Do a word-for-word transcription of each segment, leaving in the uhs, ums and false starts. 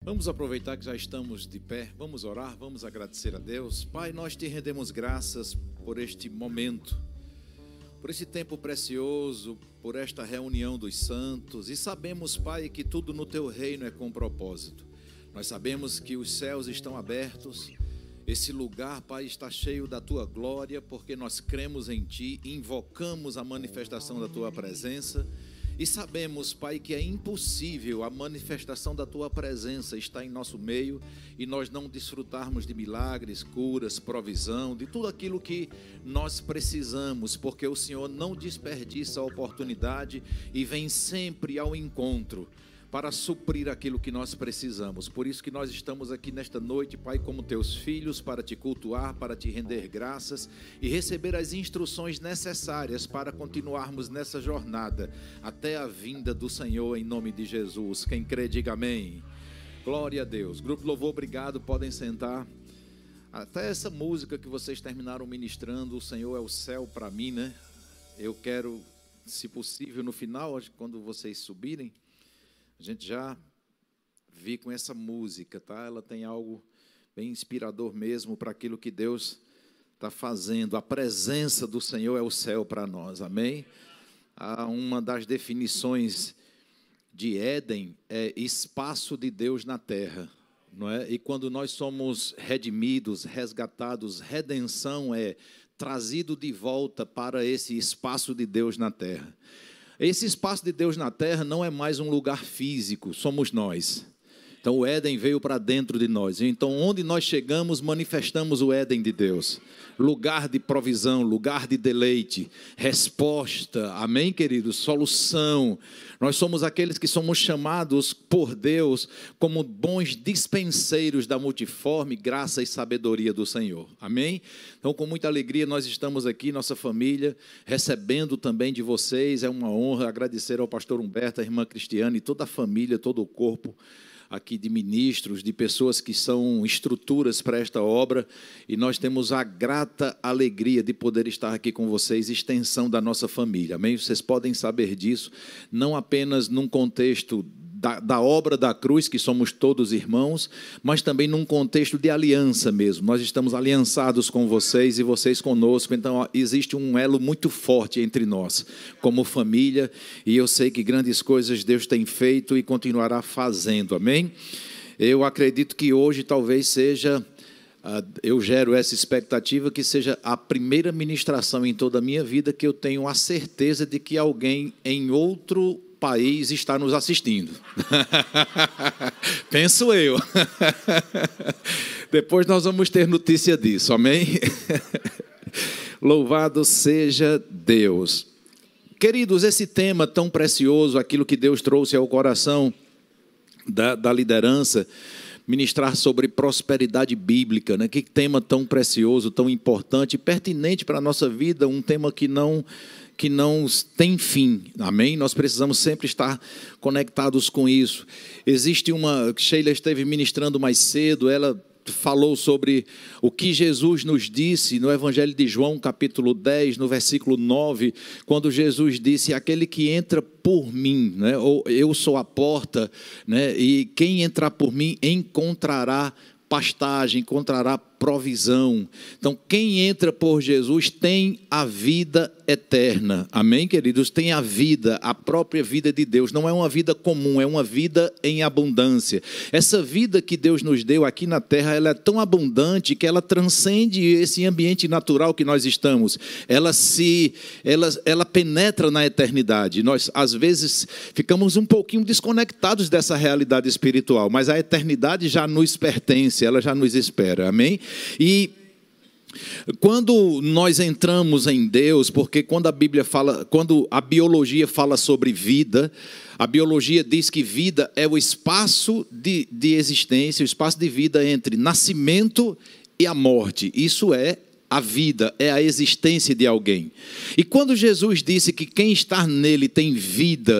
Vamos aproveitar que já estamos de pé, vamos orar, vamos agradecer a Deus. Pai, nós te rendemos graças por este momento, por esse tempo precioso, por esta reunião dos santos. E sabemos, Pai, que tudo no teu reino é com propósito. Nós sabemos que os céus estão abertos, esse lugar, Pai, está cheio da tua glória, porque nós cremos em ti, invocamos a manifestação da tua presença. E sabemos, Pai, que é impossível a manifestação da Tua presença estar em nosso meio e nós não desfrutarmos de milagres, curas, provisão, de tudo aquilo que nós precisamos, porque o Senhor não desperdiça a oportunidade e vem sempre ao encontro para suprir aquilo que nós precisamos. Por isso que nós estamos aqui nesta noite, Pai, como Teus filhos, para Te cultuar, para Te render graças e receber as instruções necessárias para continuarmos nessa jornada até a vinda do Senhor, em nome de Jesus. Quem crê, diga amém. Glória a Deus. Grupo Louvor, obrigado, podem sentar. Até essa música que vocês terminaram ministrando, o Senhor é o céu para mim, né? Eu quero, se possível, no final, quando vocês subirem, a gente já vi com essa música, tá? Ela tem algo bem inspirador mesmo para aquilo que Deus está fazendo. A presença do Senhor é o céu para nós, amém? Há uma das definições de Éden é espaço de Deus na terra, não é? E quando nós somos redimidos, resgatados, redenção é trazido de volta para esse espaço de Deus na terra. Esse espaço de Deus na terra não é mais um lugar físico, somos nós. Então o Éden veio para dentro de nós. Então onde nós chegamos, manifestamos o Éden de Deus. Lugar de provisão, lugar de deleite, resposta, amém, queridos? Solução. Nós somos aqueles que somos chamados por Deus como bons dispenseiros da multiforme graça e sabedoria do Senhor, amém? Então, com muita alegria, nós estamos aqui, nossa família, recebendo também de vocês. É uma honra agradecer ao pastor Humberto, a irmã Cristiane e toda a família, todo o corpo aqui de ministros, de pessoas que são estruturas para esta obra, e nós temos a grata alegria de poder estar aqui com vocês, extensão da nossa família, amém? Vocês podem saber disso, não apenas num contexto Da, da obra da cruz, que somos todos irmãos, mas também num contexto de aliança mesmo. Nós estamos aliançados com vocês e vocês conosco, então ó, existe um elo muito forte entre nós, como família, e eu sei que grandes coisas Deus tem feito e continuará fazendo, amém? Eu acredito que hoje talvez seja, uh, eu gero essa expectativa, que seja a primeira ministração em toda a minha vida que eu tenho a certeza de que alguém em outro país está nos assistindo. Penso eu. Depois nós vamos ter notícia disso, amém? Louvado seja Deus. Queridos, esse tema tão precioso, aquilo que Deus trouxe ao coração da, da liderança, ministrar sobre prosperidade bíblica, né? Que tema tão precioso, tão importante, pertinente para a nossa vida, um tema que não... que não tem fim, amém? Nós precisamos sempre estar conectados com isso. Existe uma, Sheila esteve ministrando mais cedo, ela falou sobre o que Jesus nos disse no Evangelho de João, capítulo dez, no versículo nove, quando Jesus disse, aquele que entra por mim, né? Ou eu sou a porta, né? E quem entrar por mim encontrará pastagem, encontrará provisão. Então, quem entra por Jesus tem a vida eterna. Amém, queridos? Tem a vida, a própria vida de Deus. Não é uma vida comum, é uma vida em abundância. Essa vida que Deus nos deu aqui na terra, ela é tão abundante que ela transcende esse ambiente natural que nós estamos. Ela se, ela, ela penetra na eternidade. Nós, às vezes, ficamos um pouquinho desconectados dessa realidade espiritual, mas a eternidade já nos pertence, ela já nos espera. Amém? E quando nós entramos em Deus, porque quando a Bíblia fala, quando a biologia fala sobre vida, a biologia diz que vida é o espaço de, de existência, o espaço de vida entre nascimento e a morte. Isso é a vida, é a existência de alguém. E quando Jesus disse que quem está nele tem vida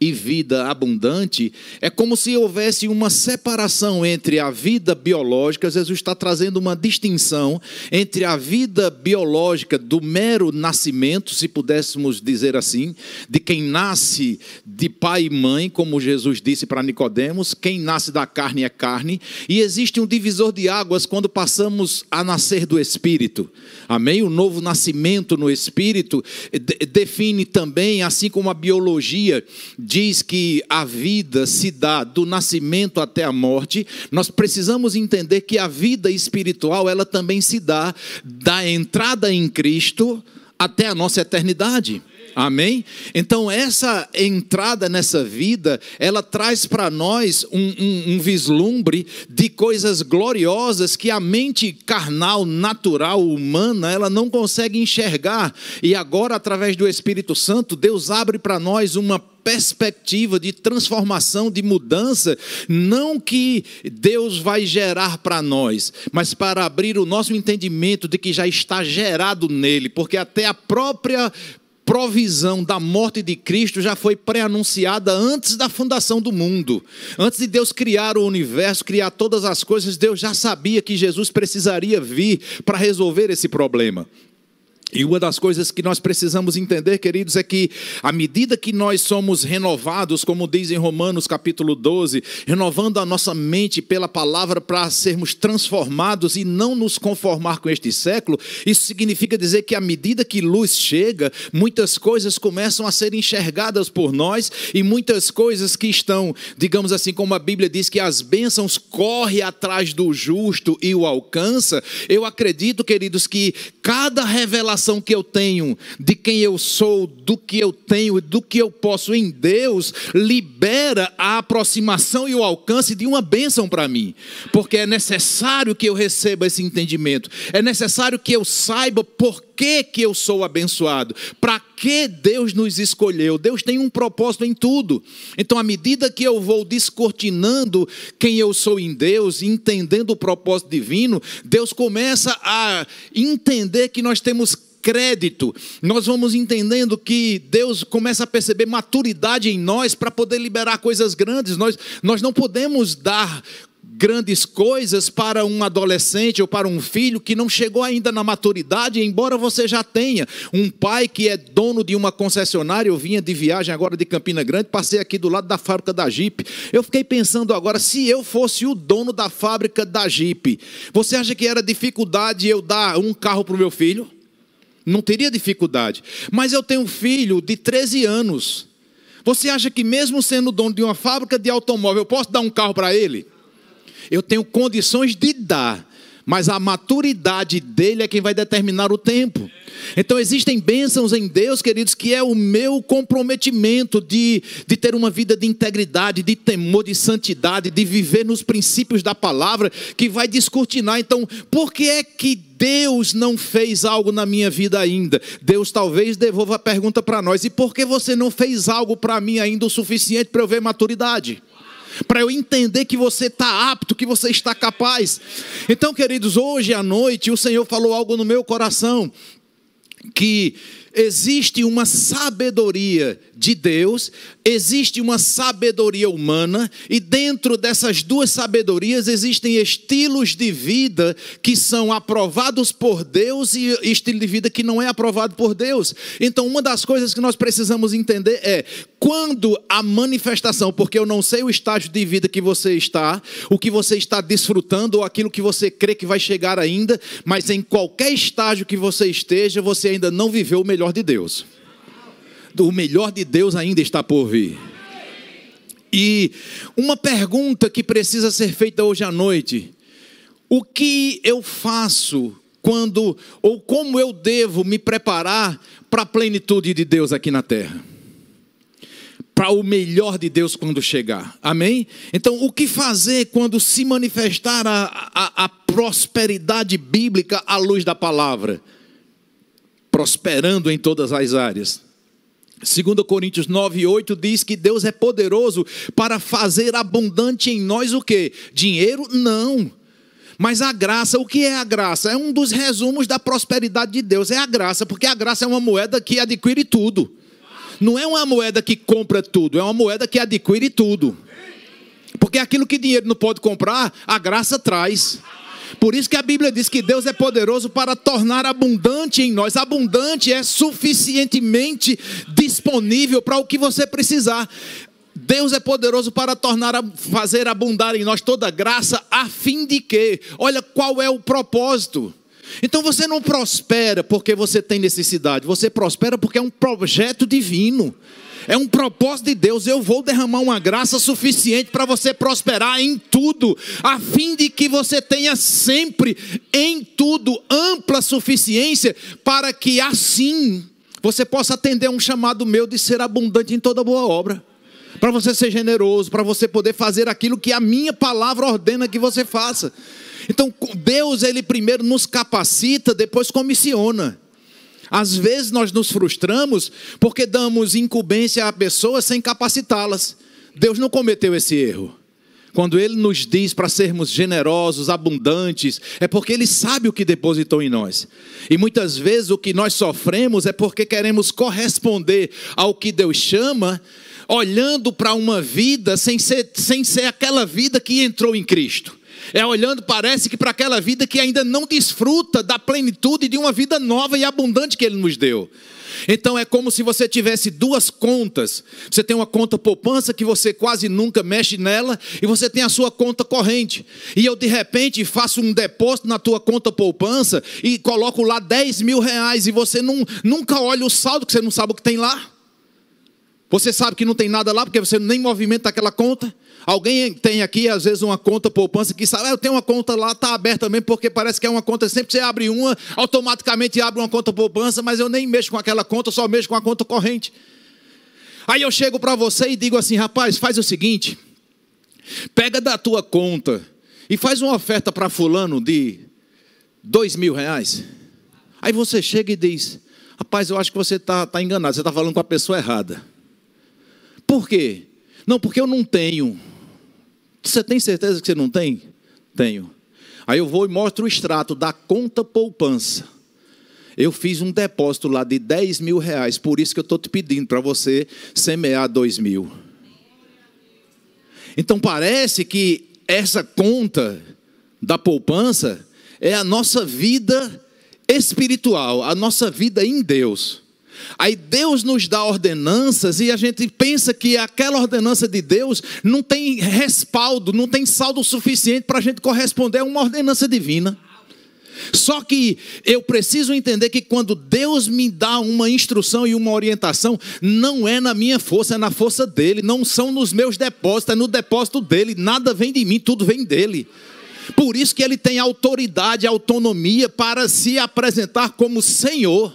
e vida abundante, é como se houvesse uma separação entre a vida biológica. Jesus está trazendo uma distinção entre a vida biológica do mero nascimento, se pudéssemos dizer assim, de quem nasce de pai e mãe, como Jesus disse para Nicodemos, quem nasce da carne é carne, e existe um divisor de águas quando passamos a nascer do Espírito. Amém? O novo nascimento no Espírito define também, assim como a biologia diz que a vida se dá do nascimento até a morte, nós precisamos entender que a vida espiritual, ela também se dá da entrada em Cristo até a nossa eternidade. Amém? Então essa entrada nessa vida, ela traz para nós um, um, um vislumbre de coisas gloriosas que a mente carnal, natural, humana, ela não consegue enxergar. E agora, através do Espírito Santo, Deus abre para nós uma perspectiva de transformação, de mudança, não que Deus vai gerar para nós, mas para abrir o nosso entendimento de que já está gerado nele, porque até a própria provisão da morte de Cristo já foi pré-anunciada antes da fundação do mundo. Antes de Deus criar o universo, criar todas as coisas, Deus já sabia que Jesus precisaria vir para resolver esse problema. E uma das coisas que nós precisamos entender, queridos, é que à medida que nós somos renovados, como diz em Romanos capítulo doze, renovando a nossa mente pela palavra para sermos transformados e não nos conformar com este século, isso significa dizer que à medida que luz chega, muitas coisas começam a ser enxergadas por nós e muitas coisas que estão, digamos assim, como a Bíblia diz que as bênçãos correm atrás do justo e o alcança. Eu acredito, queridos, que cada revelação que eu tenho de quem eu sou, do que eu tenho e do que eu posso em Deus, libera a aproximação e o alcance de uma bênção para mim, porque é necessário que eu receba esse entendimento, é necessário que eu saiba por que que eu sou abençoado, para que Deus nos escolheu. Deus tem um propósito em tudo. Então, à medida que eu vou descortinando quem eu sou em Deus, entendendo o propósito divino, Deus começa a entender que nós temos crédito, nós vamos entendendo que Deus começa a perceber maturidade em nós para poder liberar coisas grandes. Nós, nós não podemos dar grandes coisas para um adolescente ou para um filho que não chegou ainda na maturidade, embora você já tenha um pai que é dono de uma concessionária. Eu vinha de viagem agora de Campina Grande, passei aqui do lado da fábrica da Jeep, eu fiquei pensando agora, se eu fosse o dono da fábrica da Jeep, você acha que era dificuldade eu dar um carro para o meu filho? Não teria dificuldade, mas eu tenho um filho de treze anos, você acha que mesmo sendo dono de uma fábrica de automóvel, eu posso dar um carro para ele? Eu tenho condições de dar, mas a maturidade dele é quem vai determinar o tempo. Então existem bênçãos em Deus, queridos, que é o meu comprometimento de, de ter uma vida de integridade, de temor, de santidade, de viver nos princípios da palavra, que vai descortinar. Então, por que é que Deus não fez algo na minha vida ainda? Deus talvez devolva a pergunta para nós: e por que você não fez algo para mim ainda o suficiente para eu ver maturidade? Para eu entender que você está apto, que você está capaz. Então, queridos, hoje à noite o Senhor falou algo no meu coração, que existe uma sabedoria de Deus, existe uma sabedoria humana, e dentro dessas duas sabedorias existem estilos de vida que são aprovados por Deus e estilo de vida que não é aprovado por Deus. Então, uma das coisas que nós precisamos entender é quando a manifestação, porque eu não sei o estágio de vida que você está, o que você está desfrutando ou aquilo que você crê que vai chegar ainda, mas em qualquer estágio que você esteja, você ainda não viveu o melhor de Deus. O melhor de Deus ainda está por vir. E uma pergunta que precisa ser feita hoje à noite: o que eu faço quando, ou como eu devo me preparar para a plenitude de Deus aqui na terra? Para o melhor de Deus quando chegar, amém? Então, o que fazer quando se manifestar a, a, a prosperidade bíblica à luz da palavra? Prosperando em todas as áreas. Segundo Coríntios nove, oito diz que Deus é poderoso para fazer abundante em nós o quê? Dinheiro? Não. Mas a graça, o que é a graça? É um dos resumos da prosperidade de Deus, é a graça, porque a graça é uma moeda que adquire tudo. não é uma moeda que compra tudo, é uma moeda que adquire tudo. Porque aquilo que dinheiro não pode comprar, a graça traz. Por isso que a Bíblia diz que Deus é poderoso para tornar abundante em nós. Abundante é suficientemente disponível para o que você precisar. Deus é poderoso para tornar, fazer abundar em nós toda graça, a fim de que, olha qual é o propósito. Então você não prospera porque você tem necessidade, você prospera porque é um projeto divino, é um propósito de Deus. Eu vou derramar uma graça suficiente para você prosperar em tudo, a fim de que você tenha sempre em tudo ampla suficiência, para que assim você possa atender a um chamado meu de ser abundante em toda boa obra. Para você ser generoso, para você poder fazer aquilo que a minha palavra ordena que você faça. Então Deus, Ele primeiro nos capacita, depois comissiona. Às vezes nós nos frustramos porque damos incumbência a pessoas sem capacitá-las. Deus não cometeu esse erro. Quando Ele nos diz para sermos generosos, abundantes, é porque Ele sabe o que depositou em nós. E muitas vezes o que nós sofremos é porque queremos corresponder ao que Deus chama, olhando para uma vida sem ser, sem ser aquela vida que entrou em Cristo. É olhando, parece que para aquela vida que ainda não desfruta da plenitude de uma vida nova e abundante que Ele nos deu. Então é como se você tivesse duas contas. Você tem uma conta poupança que você quase nunca mexe nela, e você tem a sua conta corrente. E eu de repente faço um depósito na tua conta poupança e coloco lá dez mil reais, e você não, nunca olha o saldo, que você não sabe o que tem lá. Você sabe que não tem nada lá porque você nem movimenta aquela conta. Alguém tem aqui às vezes uma conta poupança que sabe, ah, eu tenho uma conta lá, está aberta mesmo, porque parece que é uma conta, sempre que você abre uma, automaticamente abre uma conta poupança, mas eu nem mexo com aquela conta, eu só mexo com a conta corrente. Aí eu chego para você e digo assim, rapaz, faz o seguinte, pega da tua conta e faz uma oferta para fulano de dois mil reais. Aí você chega e diz, rapaz, eu acho que você está tá enganado, você está falando com a pessoa errada. Por quê? Não, porque eu não tenho. Você tem certeza que você não tem? Tenho. Aí eu vou e mostro o extrato da conta poupança. Eu fiz um depósito lá de dez mil reais, por isso que eu estou te pedindo para você semear dois mil. Então parece que essa conta da poupança é a nossa vida espiritual, a nossa vida em Deus. Aí Deus nos dá ordenanças e a gente pensa que aquela ordenança de Deus não tem respaldo, não tem saldo suficiente para a gente corresponder a uma ordenança divina. Só que eu preciso entender que quando Deus me dá uma instrução e uma orientação, não é na minha força, é na força dele, não são nos meus depósitos, é no depósito dele, nada vem de mim, tudo vem dele. Por isso que ele tem autoridade, autonomia para se apresentar como Senhor.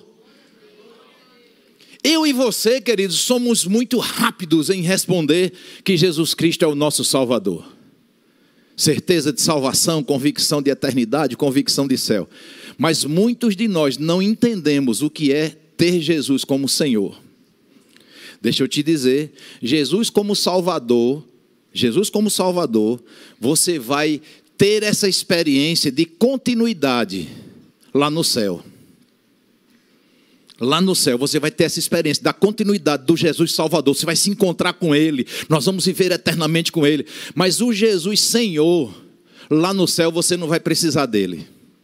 Eu e você, queridos, somos muito rápidos em responder que Jesus Cristo é o nosso Salvador. Certeza de salvação, convicção de eternidade, convicção de céu. Mas muitos de nós não entendemos o que é ter Jesus como Senhor. Deixa eu te dizer, Jesus como Salvador, Jesus como Salvador, você vai ter essa experiência de continuidade lá no céu. Lá no céu você vai ter essa experiência da continuidade do Jesus Salvador. Você vai se encontrar com Ele, nós vamos viver eternamente com Ele. Mas o Jesus Senhor, lá no céu você não vai precisar dele.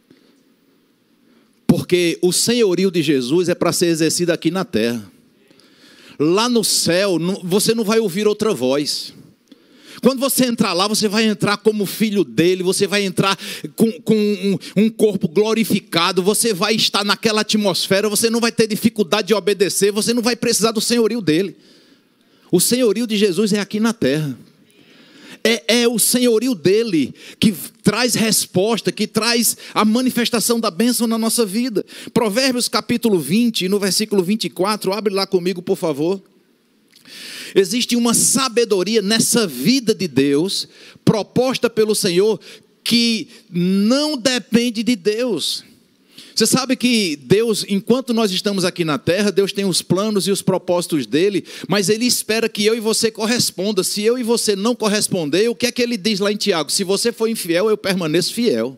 Porque o senhorio de Jesus é para ser exercido aqui na terra. Lá no céu você não vai ouvir outra voz. Quando você entrar lá, você vai entrar como filho dele, você vai entrar com, com um, um corpo glorificado, você vai estar naquela atmosfera, você não vai ter dificuldade de obedecer, você não vai precisar do senhorio dele. O senhorio de Jesus é aqui na terra. É, é o senhorio dele que traz resposta, que traz a manifestação da bênção na nossa vida. Provérbios capítulo vinte, no versículo vinte e quatro, abre lá comigo, por favor. Existe uma sabedoria nessa vida de Deus, proposta pelo Senhor, que não depende de Deus. Você sabe que Deus, enquanto nós estamos aqui na terra, Deus tem os planos e os propósitos dele, mas Ele espera que eu e você corresponda. Se eu e você não corresponder, o que é que Ele diz lá em Tiago? Se você for infiel, eu permaneço fiel.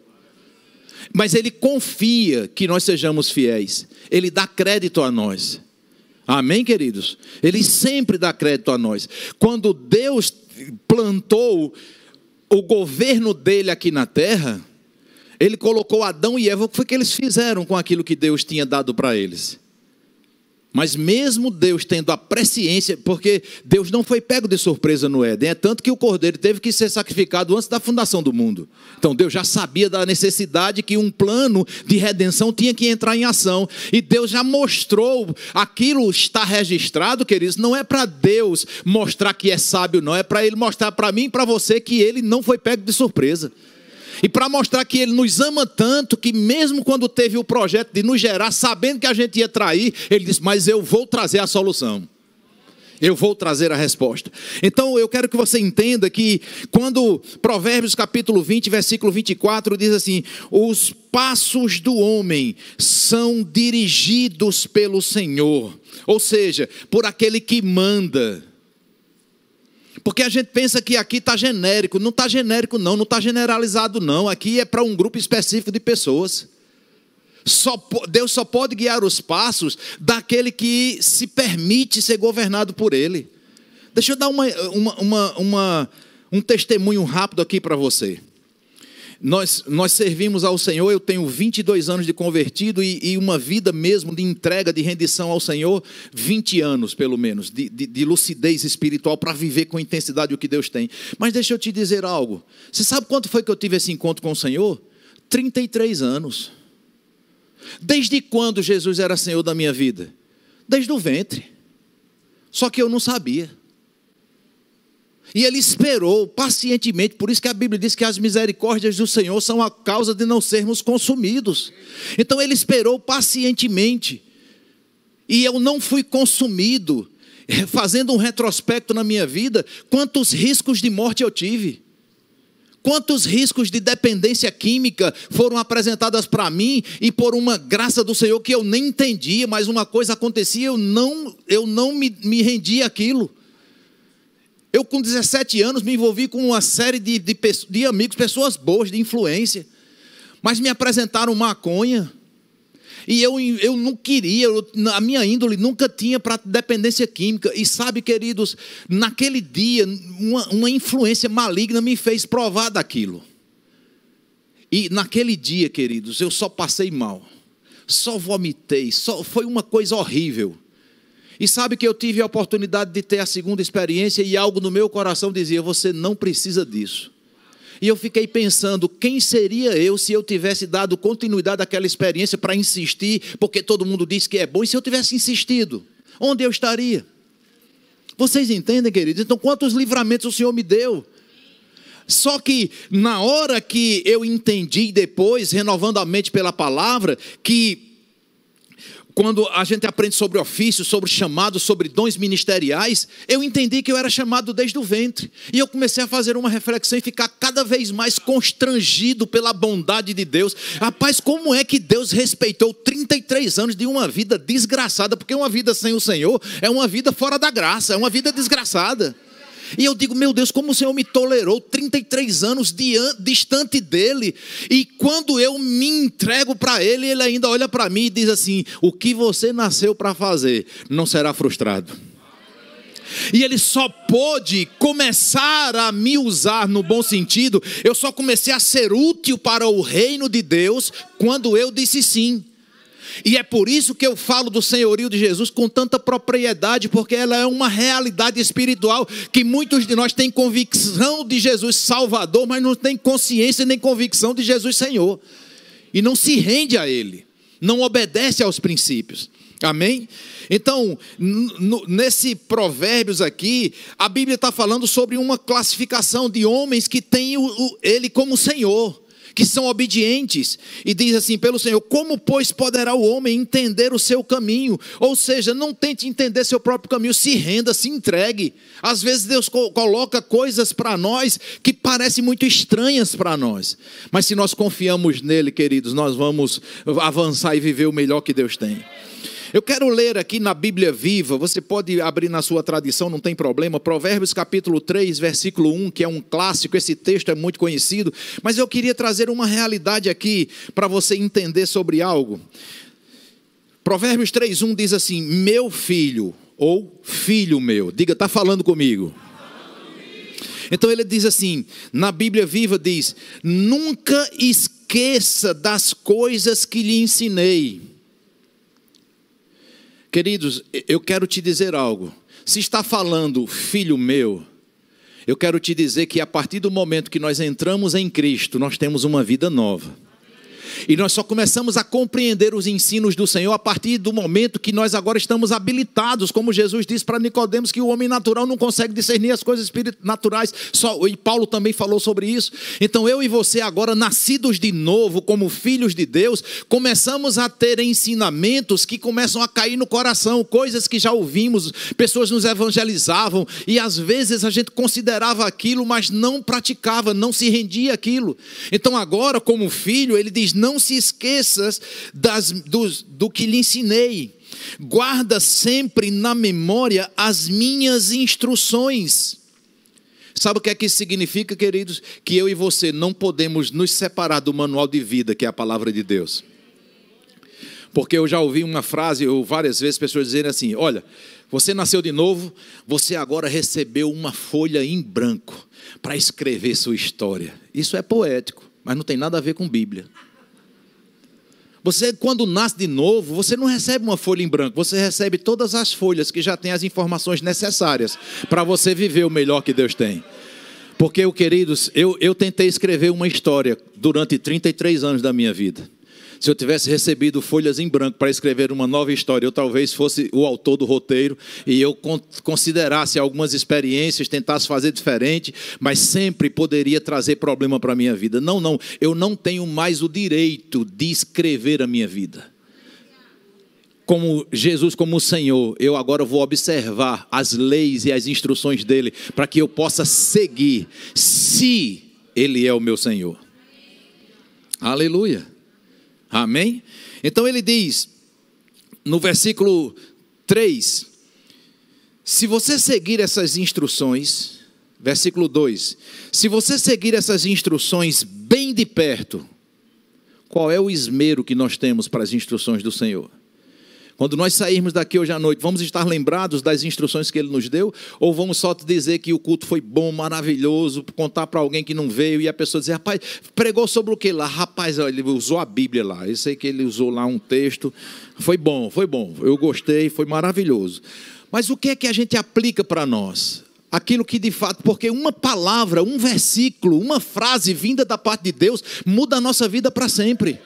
Mas Ele confia que nós sejamos fiéis. Ele dá crédito a nós. Amém, queridos? Ele sempre dá crédito a nós. Quando Deus plantou o governo dele aqui na terra, ele colocou Adão e Eva. O que foi que eles fizeram com aquilo que Deus tinha dado para eles? Mas mesmo Deus tendo a presciência, porque Deus não foi pego de surpresa no Éden, é tanto que o cordeiro teve que ser sacrificado antes da fundação do mundo. Então Deus já sabia da necessidade que um plano de redenção tinha que entrar em ação, e Deus já mostrou, aquilo está registrado, queridos, não é para Deus mostrar que é sábio, não, é para Ele mostrar para mim e para você que Ele não foi pego de surpresa. E para mostrar que Ele nos ama tanto, que mesmo quando teve o projeto de nos gerar, sabendo que a gente ia trair, Ele disse, mas eu vou trazer a solução. Eu vou trazer a resposta. Então eu quero que você entenda que quando Provérbios capítulo vinte, versículo vinte e quatro diz assim, os passos do homem são dirigidos pelo Senhor, ou seja, por aquele que manda. Porque a gente pensa que aqui está genérico. Não está genérico não, não está generalizado não. Aqui é para um grupo específico de pessoas. Só, Deus só pode guiar os passos daquele que se permite ser governado por Ele. Deixa eu dar uma, uma, uma, uma, um testemunho rápido aqui para você. Nós, nós servimos ao Senhor, eu tenho vinte e dois anos de convertido e, e uma vida mesmo de entrega, de rendição ao Senhor, vinte anos pelo menos, de, de, de lucidez espiritual para viver com intensidade o que Deus tem. Mas deixa eu te dizer algo, você sabe quanto foi que eu tive esse encontro com o Senhor? trinta e três anos. Desde quando Jesus era Senhor da minha vida? Desde o ventre, só que eu não sabia. E Ele esperou pacientemente, por isso que a Bíblia diz que as misericórdias do Senhor são a causa de não sermos consumidos. Então Ele esperou pacientemente, e eu não fui consumido. Fazendo um retrospecto na minha vida, quantos riscos de morte eu tive, quantos riscos de dependência química foram apresentadas para mim, e por uma graça do Senhor que eu nem entendia, mas uma coisa acontecia, eu não, eu não me, me rendia àquilo. Eu com dezessete anos me envolvi com uma série de, de, de amigos, pessoas boas, de influência. Mas me apresentaram maconha. E eu, eu não queria, eu, a minha índole nunca tinha para dependência química. E sabe, queridos, naquele dia, uma, uma influência maligna me fez provar daquilo. E naquele dia, queridos, eu só passei mal. Só vomitei, só, foi uma coisa horrível. E sabe que eu tive a oportunidade de ter a segunda experiência e algo no meu coração dizia, você não precisa disso. E eu fiquei pensando, quem seria eu se eu tivesse dado continuidade àquela experiência para insistir, porque todo mundo diz que é bom, e se eu tivesse insistido, onde eu estaria? Vocês entendem, queridos? Então quantos livramentos o Senhor me deu? Só que na hora que eu entendi depois, renovando a mente pela palavra, que quando a gente aprende sobre ofício, sobre chamado, sobre dons ministeriais, eu entendi que eu era chamado desde o ventre. E eu comecei a fazer uma reflexão e ficar cada vez mais constrangido pela bondade de Deus. Rapaz, como é que Deus respeitou trinta e três anos de uma vida desgraçada? Porque uma vida sem o Senhor é uma vida fora da graça, é uma vida desgraçada. E eu digo, meu Deus, como o Senhor me tolerou trinta e três anos distante dEle. E quando eu me entrego para Ele, Ele ainda olha para mim e diz assim, o que você nasceu para fazer não será frustrado. E Ele só pôde começar a me usar no bom sentido. Eu só comecei a ser útil para o reino de Deus quando eu disse sim. E é por isso que eu falo do senhorio de Jesus com tanta propriedade, porque ela é uma realidade espiritual que muitos de nós têm convicção de Jesus Salvador, mas não têm consciência nem convicção de Jesus Senhor. E não se rende a Ele, não obedece aos princípios. Amém? Então, nesse Provérbios aqui, a Bíblia está falando sobre uma classificação de homens que têm o, o, Ele como Senhor, que são obedientes, e diz assim, pelo Senhor, como pois poderá o homem entender o seu caminho? Ou seja, não tente entender seu próprio caminho, se renda, se entregue. Às vezes Deus coloca coisas para nós que parecem muito estranhas para nós, mas se nós confiamos nele, queridos, nós vamos avançar e viver o melhor que Deus tem. Eu quero ler aqui na Bíblia Viva, você pode abrir na sua tradição, não tem problema, Provérbios capítulo três, versículo um, que é um clássico, esse texto é muito conhecido, mas eu queria trazer uma realidade aqui, para você entender sobre algo. Provérbios três, um diz assim: meu filho, ou filho meu. Diga, está falando comigo. Então ele diz assim, na Bíblia Viva diz: nunca esqueça das coisas que lhe ensinei. Queridos, eu quero te dizer algo. Se está falando filho meu, eu quero te dizer que a partir do momento que nós entramos em Cristo, nós temos uma vida nova. E nós só começamos a compreender os ensinos do Senhor a partir do momento que nós agora estamos habilitados, como Jesus disse para Nicodemos, que o homem natural não consegue discernir as coisas naturais, só, e Paulo também falou sobre isso. Então eu e você agora, nascidos de novo, como filhos de Deus, começamos a ter ensinamentos que começam a cair no coração, coisas que já ouvimos, pessoas nos evangelizavam, e às vezes a gente considerava aquilo, mas não praticava, não se rendia àquilo. Então agora, como filho, ele diz: não se esqueças das, do, do que lhe ensinei. Guarda sempre na memória as minhas instruções. Sabe o que é que isso significa, queridos? Que eu e você não podemos nos separar do manual de vida, que é a palavra de Deus. Porque eu já ouvi uma frase, ou várias vezes, pessoas dizerem assim: olha, você nasceu de novo, você agora recebeu uma folha em branco para escrever sua história. Isso é poético, mas não tem nada a ver com Bíblia. Você, quando nasce de novo, você não recebe uma folha em branco, você recebe todas as folhas que já têm as informações necessárias para você viver o melhor que Deus tem. Porque, queridos, eu, eu tentei escrever uma história durante trinta e três anos da minha vida. Se eu tivesse recebido folhas em branco para escrever uma nova história, eu talvez fosse o autor do roteiro e eu considerasse algumas experiências, tentasse fazer diferente, mas sempre poderia trazer problema para a minha vida. Não, não, eu não tenho mais o direito de escrever a minha vida. Como Jesus, como o Senhor, eu agora vou observar as leis e as instruções dele para que eu possa seguir, se ele é o meu Senhor. Aleluia. Amém? Então ele diz, no versículo três, se você seguir essas instruções, versículo dois, se você seguir essas instruções bem de perto, qual é o esmero que nós temos para as instruções do Senhor? Quando nós sairmos daqui hoje à noite, vamos estar lembrados das instruções que Ele nos deu? Ou vamos só te dizer que o culto foi bom, maravilhoso, contar para alguém que não veio e a pessoa dizer: rapaz, pregou sobre o que lá? Rapaz, ele usou a Bíblia lá, eu sei que ele usou lá um texto, foi bom, foi bom, eu gostei, foi maravilhoso. Mas o que é que a gente aplica para nós? Aquilo que de fato, porque uma palavra, um versículo, uma frase vinda da parte de Deus muda a nossa vida para sempre.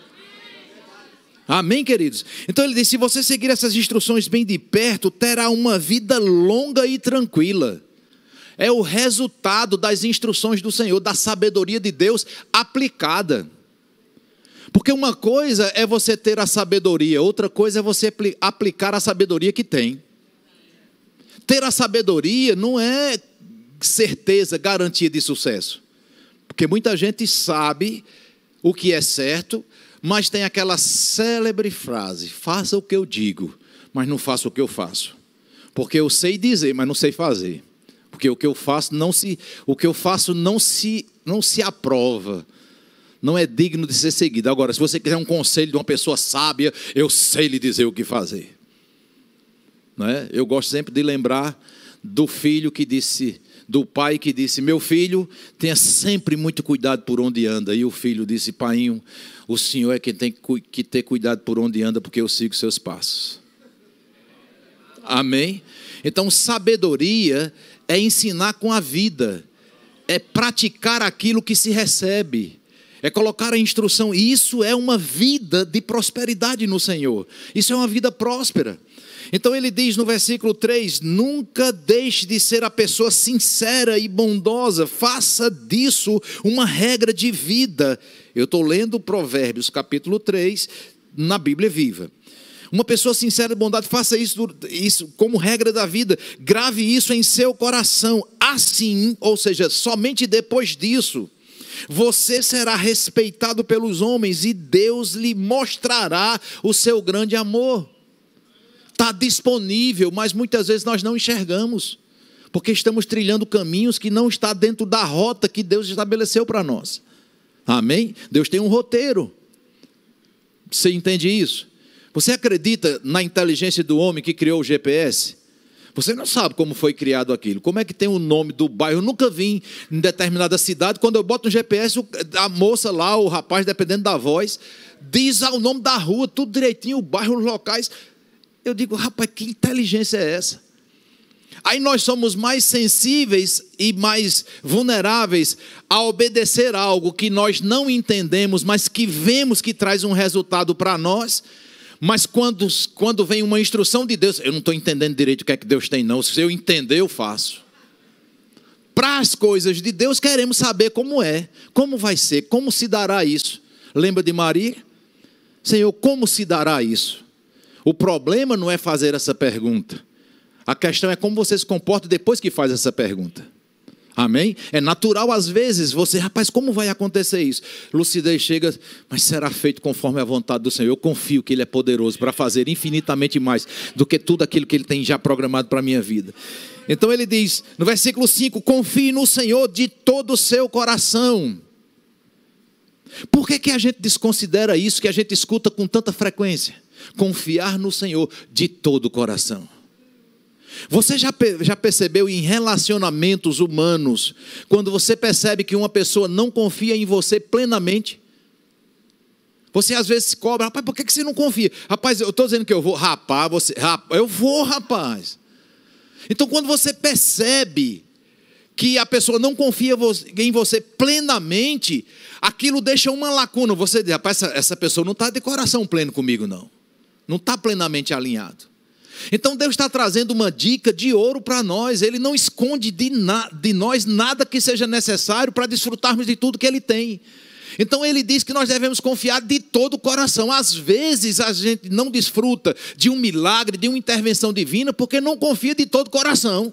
Amém, queridos? Então ele diz: se você seguir essas instruções bem de perto, terá uma vida longa e tranquila. É o resultado das instruções do Senhor, da sabedoria de Deus aplicada. Porque uma coisa é você ter a sabedoria, outra coisa é você aplicar a sabedoria que tem. Ter a sabedoria não é certeza, garantia de sucesso. Porque muita gente sabe o que é certo, mas tem aquela célebre frase: faça o que eu digo, mas não faça o que eu faço. Porque eu sei dizer, mas não sei fazer. Porque o que eu faço não se, o que eu faço não se, não se aprova. Não é digno de ser seguido. Agora, se você quiser um conselho de uma pessoa sábia, eu sei lhe dizer o que fazer. Não é? Eu gosto sempre de lembrar do filho que disse, do pai que disse: meu filho, tenha sempre muito cuidado por onde anda. E o filho disse: painho, o senhor é quem tem que ter cuidado por onde anda, porque eu sigo seus passos. Amém? Então, sabedoria é ensinar com a vida, é praticar aquilo que se recebe, é colocar a instrução. E isso é uma vida de prosperidade no Senhor. Isso é uma vida próspera. Então ele diz no versículo três: nunca deixe de ser a pessoa sincera e bondosa, faça disso uma regra de vida. Eu estou lendo Provérbios capítulo três na Bíblia Viva. Uma pessoa sincera e bondosa, faça isso, isso como regra da vida, grave isso em seu coração. Assim, ou seja, somente depois disso, você será respeitado pelos homens e Deus lhe mostrará o seu grande amor. Está disponível, mas muitas vezes nós não enxergamos, porque estamos trilhando caminhos que não estão dentro da rota que Deus estabeleceu para nós. Amém? Deus tem um roteiro. Você entende isso? Você acredita na inteligência do homem que criou o G P S? Você não sabe como foi criado aquilo. Como é que tem o nome do bairro? Eu nunca vi em determinada cidade, quando eu boto no G P S, a moça lá, o rapaz, dependendo da voz, diz o nome da rua, tudo direitinho, o bairro, os locais. Eu digo, rapaz, que inteligência é essa? Aí nós somos mais sensíveis e mais vulneráveis a obedecer algo que nós não entendemos, mas que vemos que traz um resultado para nós. Mas quando, quando vem uma instrução de Deus, eu não estou entendendo direito o que é que Deus tem não. Se eu entender, eu faço. Para as coisas de Deus, queremos saber como é, como vai ser, como se dará isso. Lembra de Maria? Senhor, como se dará isso? O problema não é fazer essa pergunta. A questão é como você se comporta depois que faz essa pergunta. Amém? É natural às vezes você, rapaz, como vai acontecer isso? Lucidez chega, mas será feito conforme a vontade do Senhor. Eu confio que Ele é poderoso para fazer infinitamente mais do que tudo aquilo que Ele tem já programado para a minha vida. Então ele diz, no versículo cinco, confie no Senhor de todo o seu coração. Por que que a gente desconsidera isso que a gente escuta com tanta frequência? Confiar no Senhor de todo o coração. Você já, já percebeu em relacionamentos humanos, quando você percebe que uma pessoa não confia em você plenamente? Você às vezes se cobra, rapaz, por que que você não confia? Rapaz, eu estou dizendo que eu vou, rapaz, você, rapaz, eu vou, rapaz. Então quando você percebe que a pessoa não confia em você plenamente, aquilo deixa uma lacuna. Você diz, rapaz, essa, essa pessoa não está de coração pleno comigo não. Não está plenamente alinhado. Então Deus está trazendo uma dica de ouro para nós. Ele não esconde de, na, de nós nada que seja necessário para desfrutarmos de tudo que Ele tem. Então Ele diz que nós devemos confiar de todo o coração. Às vezes a gente não desfruta de um milagre, de uma intervenção divina, porque não confia de todo o coração.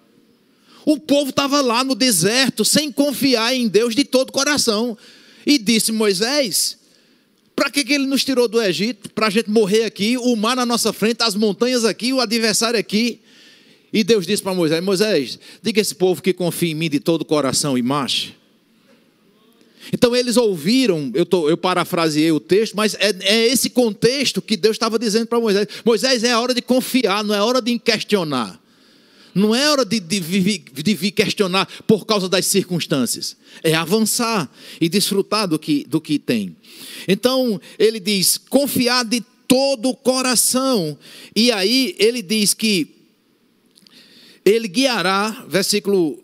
O povo estava lá no deserto sem confiar em Deus de todo o coração. E disse Moisés, para que que Ele nos tirou do Egito? Para a gente morrer aqui, o mar na nossa frente, as montanhas aqui, o adversário aqui. E Deus disse para Moisés, Moisés, diga a esse povo que confia em mim de todo o coração e marche. Então eles ouviram, eu, tô, eu parafraseei o texto, mas é, é esse contexto que Deus estava dizendo para Moisés. Moisés, é hora de confiar, não é hora de questionar. Não é hora de, de, de, de vir questionar por causa das circunstâncias. É avançar e desfrutar do que, do que tem. Então, ele diz, confiar de todo o coração. E aí, ele diz que ele guiará, versículo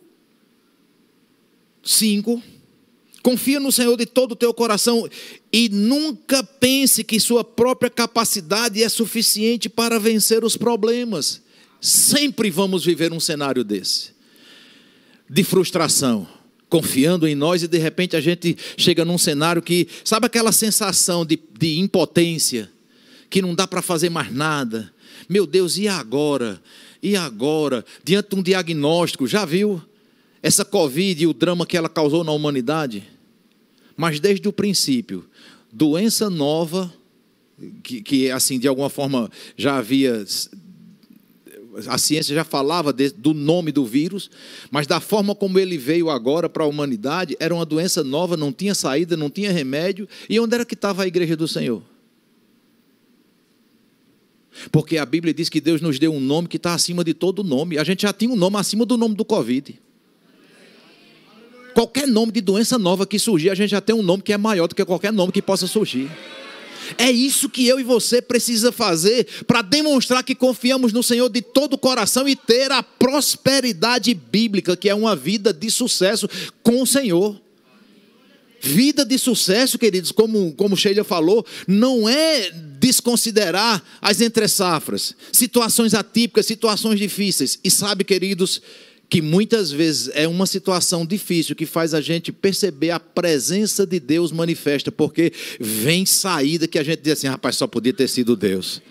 cinco, confia no Senhor de todo o teu coração e nunca pense que sua própria capacidade é suficiente para vencer os problemas. Sempre vamos viver um cenário desse, de frustração, confiando em nós e de repente a gente chega num cenário que, sabe aquela sensação de, de impotência, que não dá para fazer mais nada, meu Deus, e agora? E agora? Diante de um diagnóstico, já viu essa Covid e o drama que ela causou na humanidade? Mas desde o princípio, doença nova, que, que assim de alguma forma já havia... A ciência já falava de, do nome do vírus, mas da forma como ele veio agora para a humanidade, era uma doença nova, não tinha saída, não tinha remédio. E onde era que estava a igreja do Senhor? Porque a Bíblia diz que Deus nos deu um nome que está acima de todo nome. A gente já tinha um nome acima do nome do Covid. Qualquer nome de doença nova que surgir, a gente já tem um nome que é maior do que qualquer nome que possa surgir. É isso que eu e você precisa fazer para demonstrar que confiamos no Senhor de todo o coração e ter a prosperidade bíblica, que é uma vida de sucesso com o Senhor. Vida de sucesso, queridos, como, como Sheila falou, não é desconsiderar as entre-safras, situações atípicas, situações difíceis. E sabe, queridos, que muitas vezes é uma situação difícil que faz a gente perceber a presença de Deus manifesta, porque vem saída que a gente diz assim, rapaz, só podia ter sido Deus.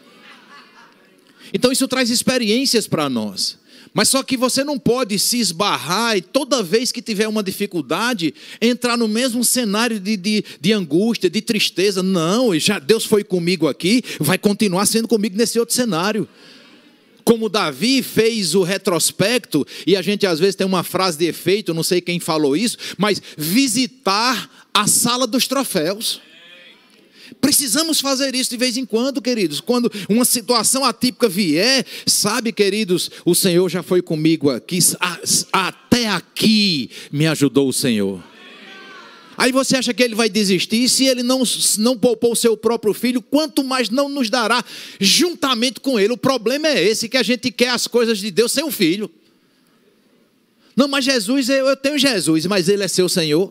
Então isso traz experiências para nós. Mas só que você não pode se esbarrar e toda vez que tiver uma dificuldade, entrar no mesmo cenário de, de, de angústia, de tristeza. Não, já Deus foi comigo aqui, vai continuar sendo comigo nesse outro cenário. Como Davi fez o retrospecto, e a gente às vezes tem uma frase de efeito, não sei quem falou isso, mas visitar a sala dos troféus. Precisamos fazer isso de vez em quando, queridos. Quando uma situação atípica vier, sabe, queridos, o Senhor já foi comigo aqui, até aqui me ajudou o Senhor. Aí você acha que ele vai desistir? Se ele não, não poupou o seu próprio filho, quanto mais não nos dará juntamente com ele. O problema é esse, que a gente quer as coisas de Deus sem o filho. Não, mas Jesus, eu, eu tenho Jesus, mas ele é seu Senhor.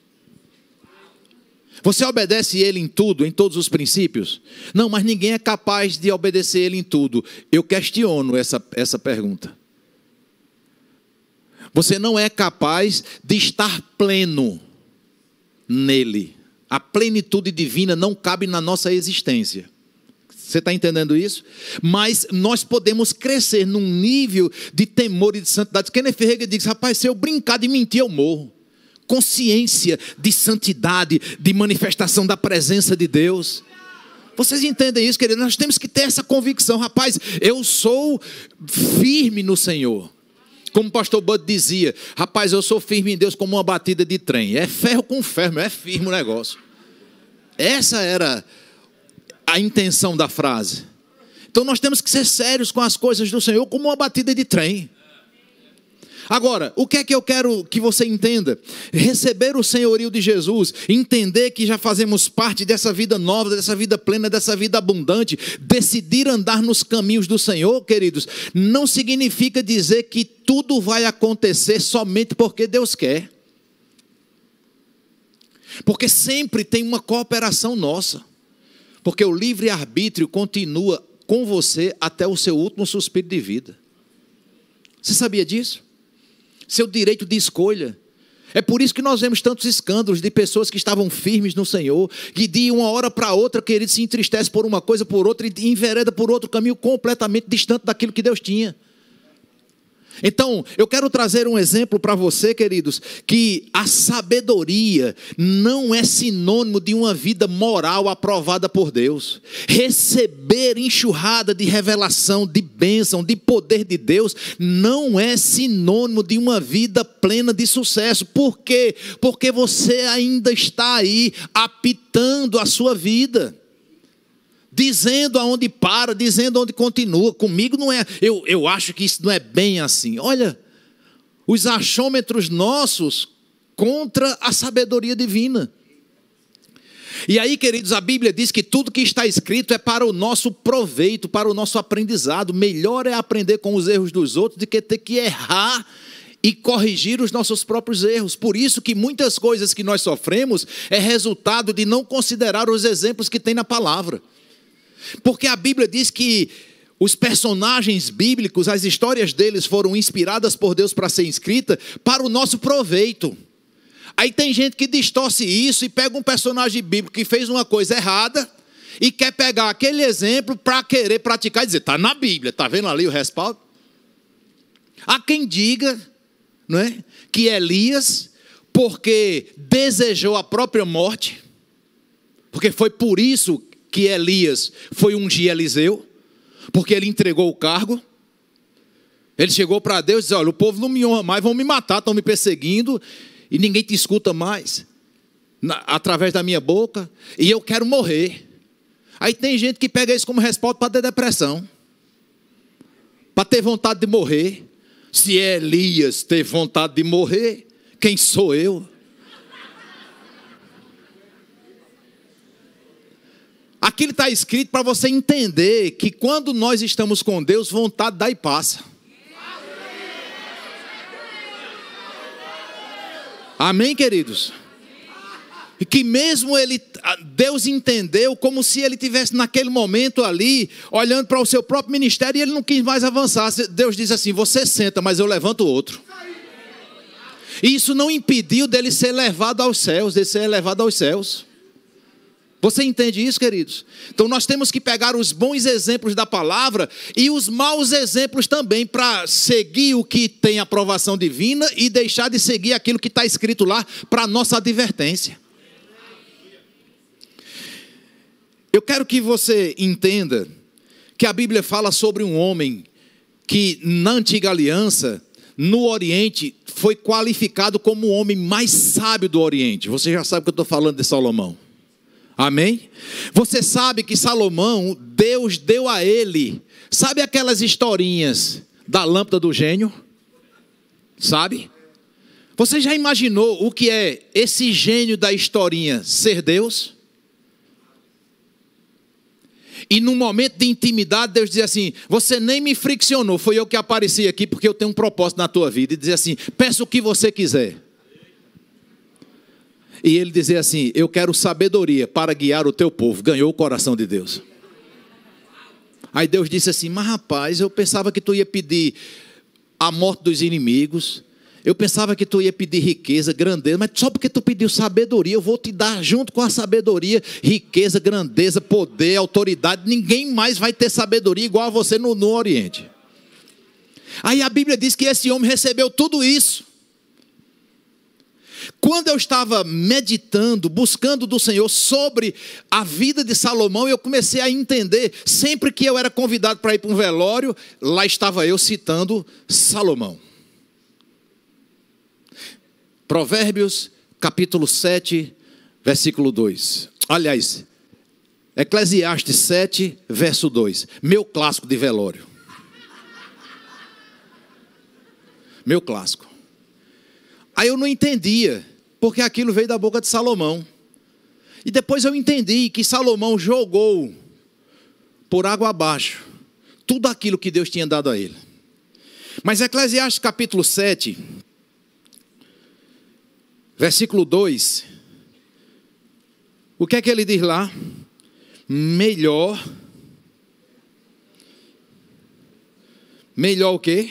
Você obedece ele em tudo, em todos os princípios? Não, mas ninguém é capaz de obedecer ele em tudo. Eu questiono essa, essa pergunta. Você não é capaz de estar pleno nele. A plenitude divina não cabe na nossa existência. Você está entendendo isso? Mas nós podemos crescer num nível de temor e de santidade. Kenneth Ferreira diz, rapaz, se eu brincar de mentir, eu morro. Consciência de santidade, de manifestação da presença de Deus. Vocês entendem isso, querido? Nós temos que ter essa convicção. Rapaz, eu sou firme no Senhor. Como o pastor Bud dizia, rapaz, eu sou firme em Deus como uma batida de trem. É ferro com ferro, é firme o negócio. Essa era a intenção da frase. Então nós temos que ser sérios com as coisas do Senhor como uma batida de trem. Agora, o que é que eu quero que você entenda? Receber o senhorio de Jesus, entender que já fazemos parte dessa vida nova, dessa vida plena, dessa vida abundante, decidir andar nos caminhos do Senhor, queridos, não significa dizer que tudo vai acontecer somente porque Deus quer. Porque sempre tem uma cooperação nossa. Porque o livre-arbítrio continua com você até o seu último suspiro de vida. Você sabia disso? Seu direito de escolha. É por isso que nós vemos tantos escândalos de pessoas que estavam firmes no Senhor, que de uma hora para outra, querido, se entristece por uma coisa, por outra, e envereda por outro caminho completamente distante daquilo que Deus tinha. Então, eu quero trazer um exemplo para você, queridos, que a sabedoria não é sinônimo de uma vida moral aprovada por Deus. Receber enxurrada de revelação, de bênção, de poder de Deus, não é sinônimo de uma vida plena de sucesso. Por quê? Porque você ainda está aí apitando a sua vida. Dizendo aonde para, dizendo onde continua. Comigo não é, eu, eu acho que isso não é bem assim. Olha, os achômetros nossos contra a sabedoria divina. E aí, queridos, a Bíblia diz que tudo que está escrito é para o nosso proveito, para o nosso aprendizado. Melhor é aprender com os erros dos outros do que ter que errar e corrigir os nossos próprios erros. Por isso que muitas coisas que nós sofremos é resultado de não considerar os exemplos que tem na palavra. Porque a Bíblia diz que os personagens bíblicos, as histórias deles foram inspiradas por Deus para ser escrita para o nosso proveito. Aí tem gente que distorce isso e pega um personagem bíblico que fez uma coisa errada e quer pegar aquele exemplo para querer praticar e dizer, está na Bíblia, está vendo ali o respaldo? Há quem diga, não é, que Elias, porque desejou a própria morte, porque foi por isso que Elias foi ungir Eliseu, porque ele entregou o cargo. Ele chegou para Deus e disse, olha, o povo não me honra mais, vão me matar, estão me perseguindo, e ninguém te escuta mais, na, através da minha boca, e eu quero morrer. Aí tem gente que pega isso como respaldo para ter depressão, para ter vontade de morrer. Se é Elias ter vontade de morrer, quem sou eu? Aquilo está escrito para você entender que quando nós estamos com Deus, vontade dá e passa. Amém, queridos? E que mesmo ele, Deus entendeu como se ele tivesse naquele momento ali, olhando para o seu próprio ministério e ele não quis mais avançar. Deus diz assim, você senta, mas eu levanto outro. E isso não impediu dele ser levado aos céus, dele ser elevado aos céus. Você entende isso, queridos? Então nós temos que pegar os bons exemplos da palavra e os maus exemplos também para seguir o que tem aprovação divina e deixar de seguir aquilo que está escrito lá para a nossa advertência. Eu quero que você entenda que a Bíblia fala sobre um homem que na antiga aliança, no Oriente, foi qualificado como o homem mais sábio do Oriente. Você já sabe que eu estou falando de Salomão. Amém? Você sabe que Salomão, Deus deu a ele, sabe aquelas historinhas da lâmpada do gênio? Sabe? Você já imaginou o que é esse gênio da historinha ser Deus? E num momento de intimidade, Deus dizia assim: você nem me friccionou, foi eu que apareci aqui porque eu tenho um propósito na tua vida. E dizia assim: peça o que você quiser. E ele dizia assim: eu quero sabedoria para guiar o teu povo. Ganhou o coração de Deus. Aí Deus disse assim: mas rapaz, eu pensava que tu ia pedir a morte dos inimigos. Eu pensava que tu ia pedir riqueza, grandeza, mas só porque tu pediu sabedoria, eu vou te dar junto com a sabedoria, riqueza, grandeza, poder, autoridade. Ninguém mais vai ter sabedoria igual a você no, no Oriente. Aí a Bíblia diz que esse homem recebeu tudo isso. Quando eu estava meditando, buscando do Senhor sobre a vida de Salomão, eu comecei a entender, sempre que eu era convidado para ir para um velório, lá estava eu citando Salomão. Provérbios, capítulo sete, versículo dois. Aliás, Eclesiastes sete, verso dois. Meu clássico de velório. Meu clássico. Aí eu não entendia, porque aquilo veio da boca de Salomão. E depois eu entendi que Salomão jogou por água abaixo tudo aquilo que Deus tinha dado a ele. Mas Eclesiastes capítulo sete... versículo dois, o que é que ele diz lá? Melhor, melhor o quê?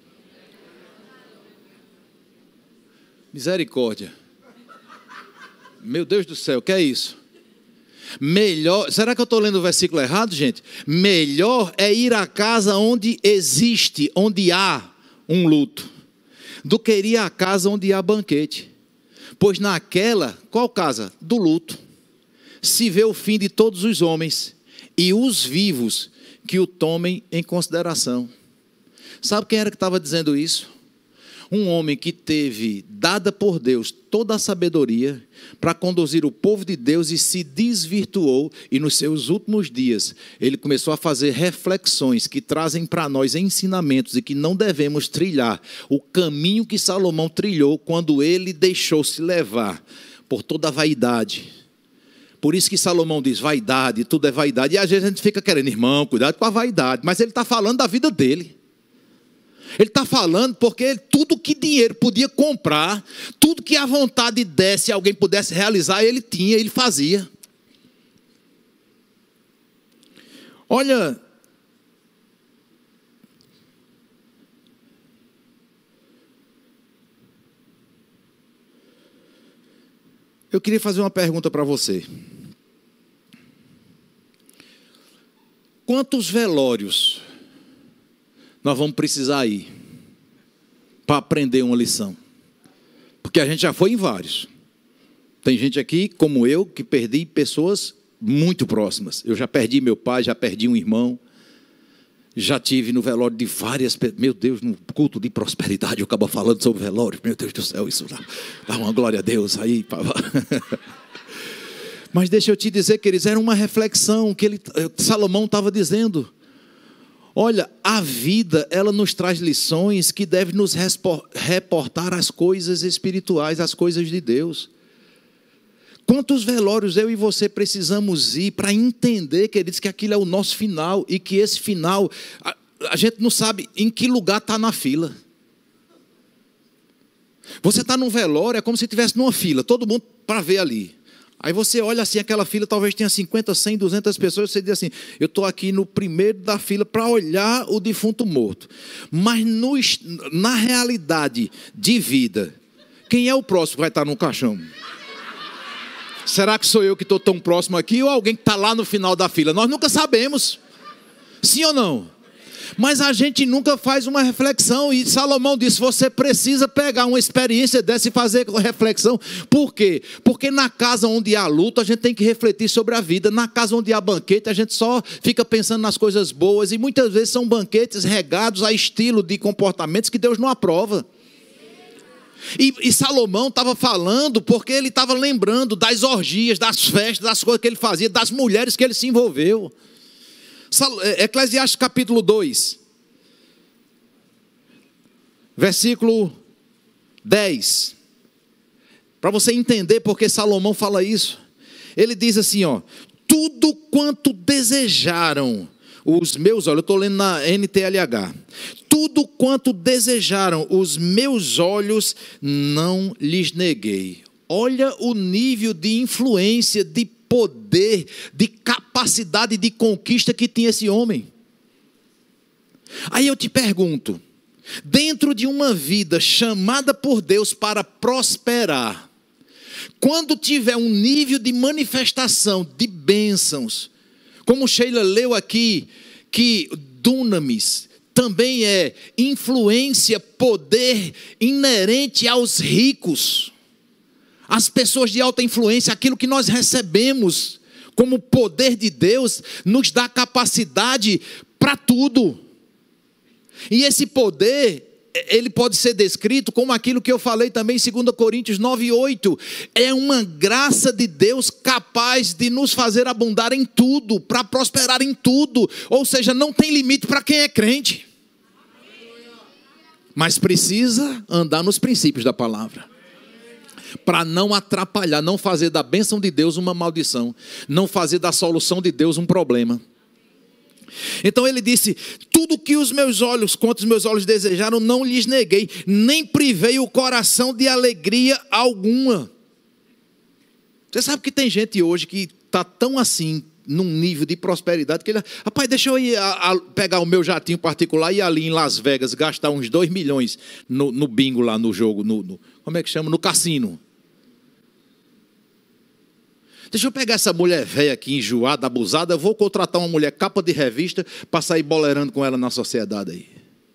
Misericórdia. Meu Deus do céu, o que é isso? Melhor, será que eu estou lendo o versículo errado, gente? Melhor é ir à casa onde existe, onde há um luto, do que ir à casa onde há banquete. Pois naquela, qual casa? Do luto, se vê o fim de todos os homens, e os vivos que o tomem em consideração. Sabe quem era que estava dizendo isso? Um homem que teve, dada por Deus, toda a sabedoria para conduzir o povo de Deus e se desvirtuou, e nos seus últimos dias, ele começou a fazer reflexões que trazem para nós ensinamentos e que não devemos trilhar o caminho que Salomão trilhou quando ele deixou-se levar por toda a vaidade. Por isso que Salomão diz, vaidade, tudo é vaidade, e às vezes a gente fica querendo, irmão, cuidado com a vaidade, mas ele está falando da vida dele. Ele está falando porque tudo que dinheiro podia comprar, tudo que a vontade desse, alguém pudesse realizar, ele tinha, ele fazia. Olha, eu queria fazer uma pergunta para você. Quantos velórios nós vamos precisar ir para aprender uma lição? Porque a gente já foi em vários. Tem gente aqui, como eu, que perdi pessoas muito próximas. Eu já perdi meu pai, já perdi um irmão. Já tive no velório de várias pessoas. Meu Deus, no culto de prosperidade, eu acabo falando sobre velório. Meu Deus do céu, isso dá, dá uma glória a Deus aí. Mas deixa eu te dizer, queridos, era uma reflexão que ele, Salomão estava dizendo. Olha, a vida, ela nos traz lições que devem nos reportar as coisas espirituais, as coisas de Deus. Quantos velórios eu e você precisamos ir para entender, queridos, que aquilo é o nosso final e que esse final, a, a gente não sabe em que lugar está na fila. Você está num velório, é como se estivesse numa fila, todo mundo para ver ali. Aí você olha assim, aquela fila talvez tenha cinquenta, cem, duzentas pessoas, você diz assim, eu estou aqui no primeiro da fila para olhar o defunto morto. Mas no, na realidade de vida, quem é o próximo que vai estar no caixão? Será que sou eu que estou tão próximo aqui ou alguém que está lá no final da fila? Nós nunca sabemos. Sim ou não? Mas a gente nunca faz uma reflexão, e Salomão disse, você precisa pegar uma experiência dessa e fazer reflexão. Por quê? Porque na casa onde há luto, a gente tem que refletir sobre a vida. Na casa onde há banquete, a gente só fica pensando nas coisas boas, e muitas vezes são banquetes regados a estilo de comportamentos que Deus não aprova. E, e Salomão estava falando porque ele estava lembrando das orgias, das festas, das coisas que ele fazia, das mulheres que ele se envolveu. Eclesiastes capítulo dois, versículo dez. Para você entender porque Salomão fala isso. Ele diz assim, ó: tudo quanto desejaram os meus olhos, eu estou lendo na N T L H, tudo quanto desejaram os meus olhos, não lhes neguei. Olha o nível de influência, de poder, de capacidade de conquista que tinha esse homem. Aí eu te pergunto, dentro de uma vida chamada por Deus para prosperar, quando tiver um nível de manifestação de bênçãos, como Sheila leu aqui, que dunamis também é influência, poder inerente aos ricos, as pessoas de alta influência, aquilo que nós recebemos como poder de Deus, nos dá capacidade para tudo. E esse poder, ele pode ser descrito como aquilo que eu falei também em dois Coríntios nove, oito. É uma graça de Deus capaz de nos fazer abundar em tudo, para prosperar em tudo. Ou seja, não tem limite para quem é crente. Mas precisa andar nos princípios da palavra, para não atrapalhar, não fazer da bênção de Deus uma maldição, não fazer da solução de Deus um problema. Então ele disse: tudo que os meus olhos, quanto os meus olhos desejaram, não lhes neguei, nem privei o coração de alegria alguma. Você sabe que tem gente hoje que está tão assim, num nível de prosperidade, que ele, rapaz, deixa eu ir a, a pegar o meu jatinho particular e ir ali em Las Vegas, gastar uns dois milhões no, no bingo lá no jogo, no, no, como é que chama? No cassino. Deixa eu pegar essa mulher velha aqui, enjoada, abusada, eu vou contratar uma mulher capa de revista para sair bolerando com ela na sociedade aí.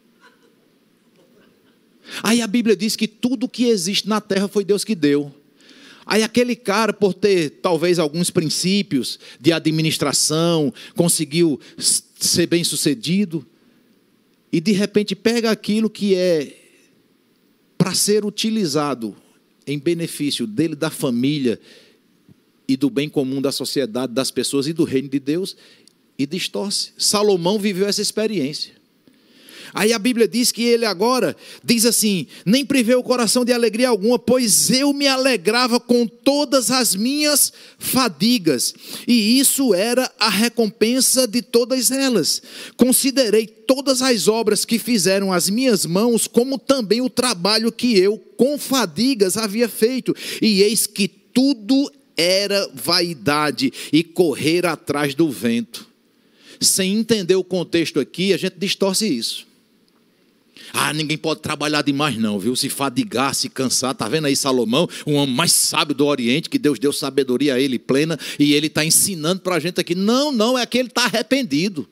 Aí a Bíblia diz que tudo que existe na terra foi Deus que deu. Aí aquele cara, por ter talvez alguns princípios de administração, conseguiu ser bem sucedido, e de repente pega aquilo que é para ser utilizado em benefício dele, da família, e do bem comum da sociedade, das pessoas e do reino de Deus, e distorce. Salomão viveu essa experiência. Aí a Bíblia diz que ele agora diz assim: nem privei o coração de alegria alguma, pois eu me alegrava com todas as minhas fadigas, e isso era a recompensa de todas elas. Considerei todas as obras que fizeram as minhas mãos, como também o trabalho que eu com fadigas havia feito, e eis que tudo era vaidade e correr atrás do vento. Sem entender o contexto aqui, a gente distorce isso. Ah, ninguém pode trabalhar demais não, viu? Se fadigar, se cansar. Está vendo aí Salomão, um homem mais sábio do Oriente, que Deus deu sabedoria a ele plena, e ele está ensinando para a gente aqui. Não, não, é que ele está arrependido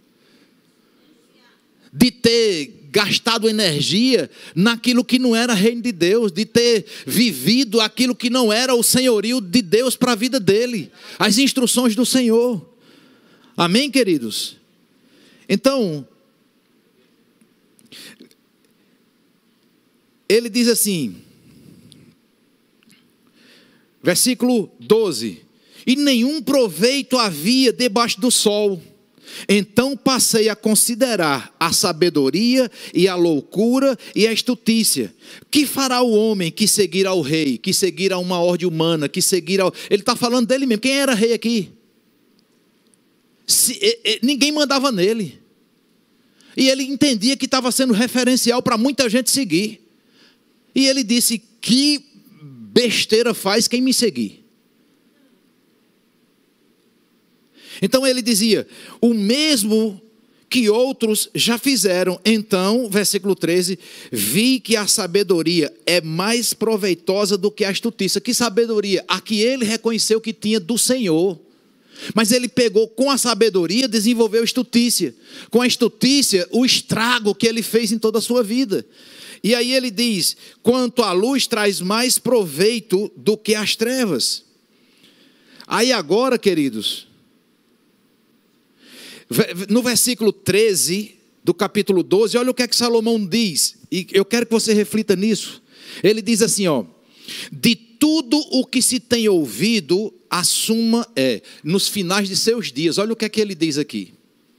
de ter gastado energia naquilo que não era reino de Deus, de ter vivido aquilo que não era o senhorio de Deus para a vida dele, as instruções do Senhor. Amém, queridos? Então, ele diz assim, versículo doze: e nenhum proveito havia debaixo do sol. Então passei a considerar a sabedoria e a loucura e a estutícia. Que fará o homem que seguir ao rei, que seguir a uma ordem humana, que seguir ao... Ele está falando dele mesmo. Quem era rei aqui? Se, e, e, ninguém mandava nele. E ele entendia que estava sendo referencial para muita gente seguir. E ele disse: que besteira faz quem me seguir. Então ele dizia: o mesmo que outros já fizeram. Então, versículo treze, vi que a sabedoria é mais proveitosa do que a astutícia. Que sabedoria? A que ele reconheceu que tinha do Senhor. Mas ele pegou com a sabedoria, desenvolveu a astutícia. Com a astutícia, o estrago que ele fez em toda a sua vida. E aí ele diz: quanto à luz traz mais proveito do que as trevas. Aí agora, queridos, no versículo treze do capítulo doze, olha o que é que Salomão diz, e eu quero que você reflita nisso. Ele diz assim, ó: de tudo o que se tem ouvido, a suma é, nos finais de seus dias. Olha o que é que ele diz aqui.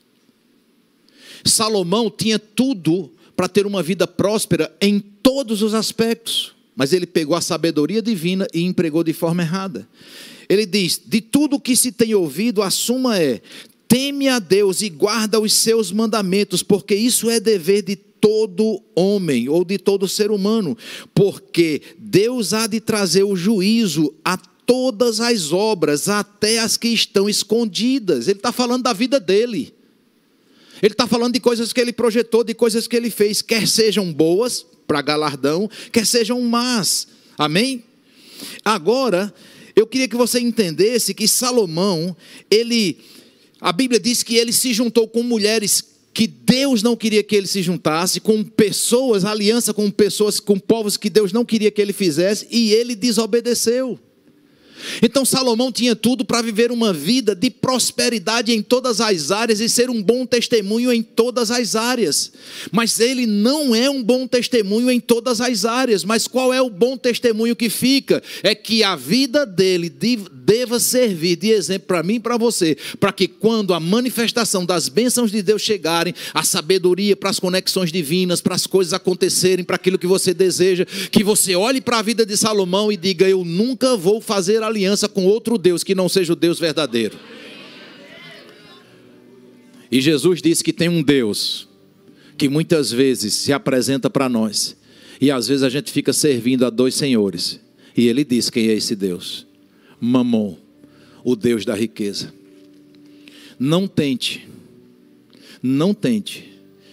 Salomão tinha tudo para ter uma vida próspera em todos os aspectos, mas ele pegou a sabedoria divina e empregou de forma errada. Ele diz: de tudo que se tem ouvido, a suma é: teme a Deus e guarda os seus mandamentos, porque isso é dever de todo homem ou de todo ser humano, porque Deus há de trazer o juízo a todas as obras, até as que estão escondidas. Ele está falando da vida dele. Ele está falando de coisas que ele projetou, de coisas que ele fez, quer sejam boas, para galardão, quer sejam más. Amém? Agora, eu queria que você entendesse que Salomão, ele, a Bíblia diz que ele se juntou com mulheres que Deus não queria que ele se juntasse, com pessoas, aliança com pessoas, com povos que Deus não queria que ele fizesse, e ele desobedeceu. Então Salomão tinha tudo para viver uma vida de prosperidade em todas as áreas e ser um bom testemunho em todas as áreas. Mas ele não é um bom testemunho em todas as áreas. Mas qual é o bom testemunho que fica? É que a vida dele deva servir de exemplo para mim e para você, para que quando a manifestação das bênçãos de Deus chegarem, a sabedoria para as conexões divinas, para as coisas acontecerem, para aquilo que você deseja, que você olhe para a vida de Salomão e diga: eu nunca vou fazer a aliança com outro Deus que não seja o Deus verdadeiro. E Jesus disse que tem um Deus que muitas vezes se apresenta para nós, e às vezes a gente fica servindo a dois senhores, e ele diz quem é esse Deus: Mamon, o Deus da riqueza. Não tente, não tente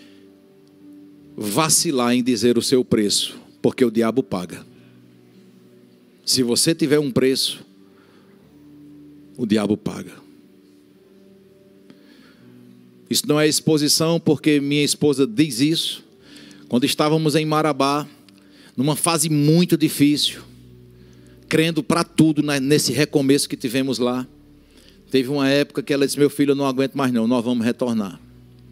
vacilar em dizer o seu preço, porque o diabo paga. Se você tiver um preço, o diabo paga. Isso não é exposição, porque minha esposa diz isso. Quando estávamos em Marabá, numa fase muito difícil, crendo para tudo nesse recomeço que tivemos lá, teve uma época que ela disse: meu filho, eu não aguento mais não, nós vamos retornar.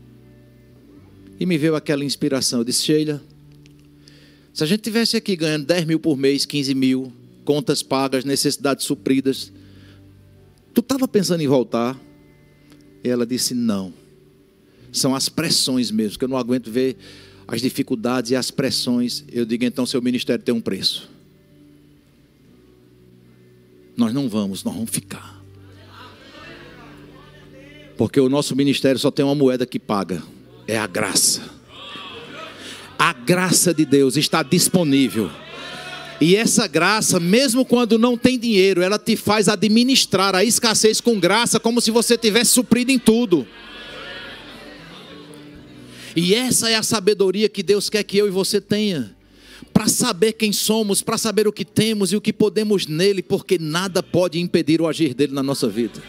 E me veio aquela inspiração. Eu disse: Sheila, se a gente tivesse aqui ganhando dez mil por mês, quinze mil, contas pagas, necessidades supridas, tu estava pensando em voltar? E ela disse: não, são as pressões mesmo, que eu não aguento ver as dificuldades e as pressões. Eu digo: então seu ministério tem um preço. Nós não vamos, nós vamos ficar. Porque o nosso ministério só tem uma moeda que paga: é a graça. A graça de Deus está disponível. E essa graça, mesmo quando não tem dinheiro, ela te faz administrar a escassez com graça, como se você tivesse suprido em tudo. E essa é a sabedoria que Deus quer que eu e você tenha, para saber quem somos, para saber o que temos e o que podemos nele, porque nada pode impedir o agir dele na nossa vida.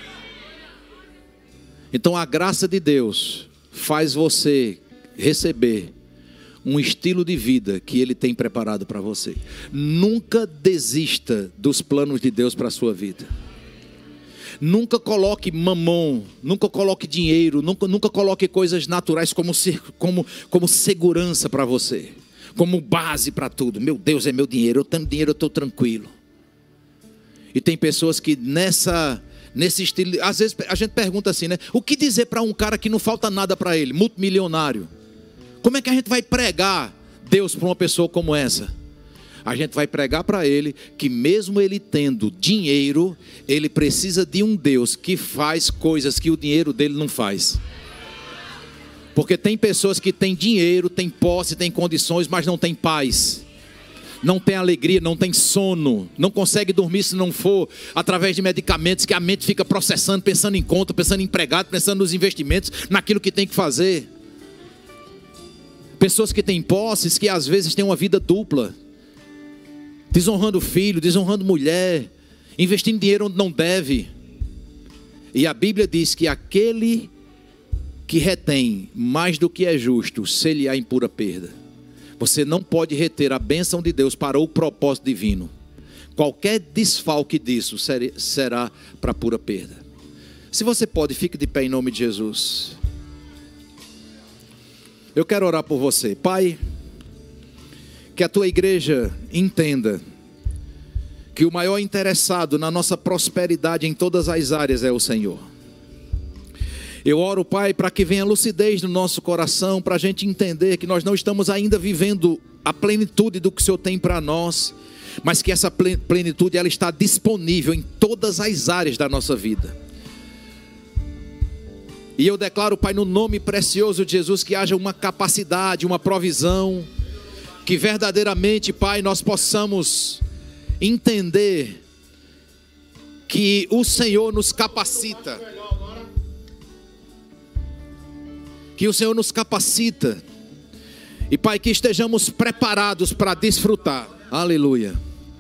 Então a graça de Deus faz você receber um estilo de vida que ele tem preparado para você. Nunca desista dos planos de Deus para a sua vida. Nunca coloque mamon, nunca coloque dinheiro, nunca, nunca coloque coisas naturais como, como, como segurança para você, como base para tudo. Meu Deus, é meu dinheiro, eu tenho dinheiro, eu estou tranquilo. E tem pessoas que nessa, nesse estilo, às vezes a gente pergunta assim, né? O que dizer para um cara que não falta nada para ele, multimilionário? Como é que a gente vai pregar Deus para uma pessoa como essa? A gente vai pregar para ele que mesmo ele tendo dinheiro, ele precisa de um Deus que faz coisas que o dinheiro dele não faz. Porque tem pessoas que têm dinheiro, têm posse, têm condições, mas não têm paz. Não tem alegria, não tem sono, não consegue dormir se não for através de medicamentos que a mente fica processando, pensando em conta, pensando em empregado, pensando nos investimentos, naquilo que tem que fazer. Pessoas que têm posses, que às vezes têm uma vida dupla, desonrando filho, desonrando mulher, investindo dinheiro onde não deve. E a Bíblia diz que aquele que retém mais do que é justo, se-lhe-á em pura perda. Você não pode reter a bênção de Deus para o propósito divino. Qualquer desfalque disso será para pura perda. Se você pode, fique de pé em nome de Jesus. Eu quero orar por você. Pai, que a tua igreja entenda que o maior interessado na nossa prosperidade em todas as áreas é o Senhor. Eu oro, Pai, para que venha lucidez no nosso coração, para a gente entender que nós não estamos ainda vivendo a plenitude do que o Senhor tem para nós, mas que essa plenitude ela está disponível em todas as áreas da nossa vida. E eu declaro, Pai, no nome precioso de Jesus, que haja uma capacidade, uma provisão, que verdadeiramente, Pai, nós possamos entender que o Senhor nos capacita, que o Senhor nos capacita, e Pai, que estejamos preparados para desfrutar, aleluia.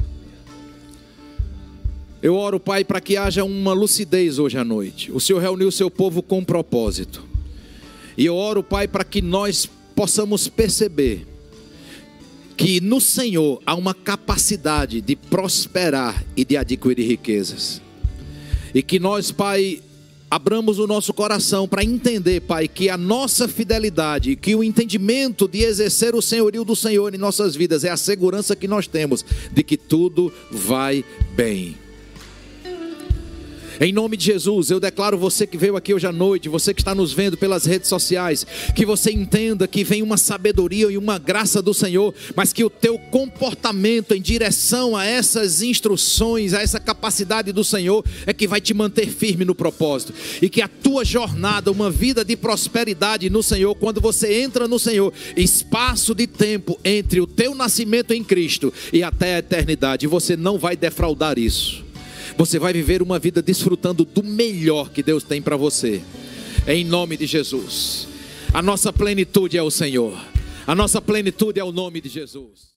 Eu oro, Pai, para que haja uma lucidez hoje à noite. O Senhor reuniu o seu povo com um propósito, e eu oro, Pai, para que nós possamos perceber que no Senhor há uma capacidade de prosperar e de adquirir riquezas. E que nós, Pai, abramos o nosso coração para entender, Pai, que a nossa fidelidade, que o entendimento de exercer o senhorio do Senhor em nossas vidas é a segurança que nós temos de que tudo vai bem. Em nome de Jesus, eu declaro você que veio aqui hoje à noite, você que está nos vendo pelas redes sociais, que você entenda que vem uma sabedoria e uma graça do Senhor, mas que o teu comportamento em direção a essas instruções, a essa capacidade do Senhor, é que vai te manter firme no propósito. E que a tua jornada, uma vida de prosperidade no Senhor, quando você entra no Senhor, espaço de tempo entre o teu nascimento em Cristo e até a eternidade, você não vai defraudar isso. Você vai viver uma vida desfrutando do melhor que Deus tem para você. Em nome de Jesus. A nossa plenitude é o Senhor. A nossa plenitude é o nome de Jesus.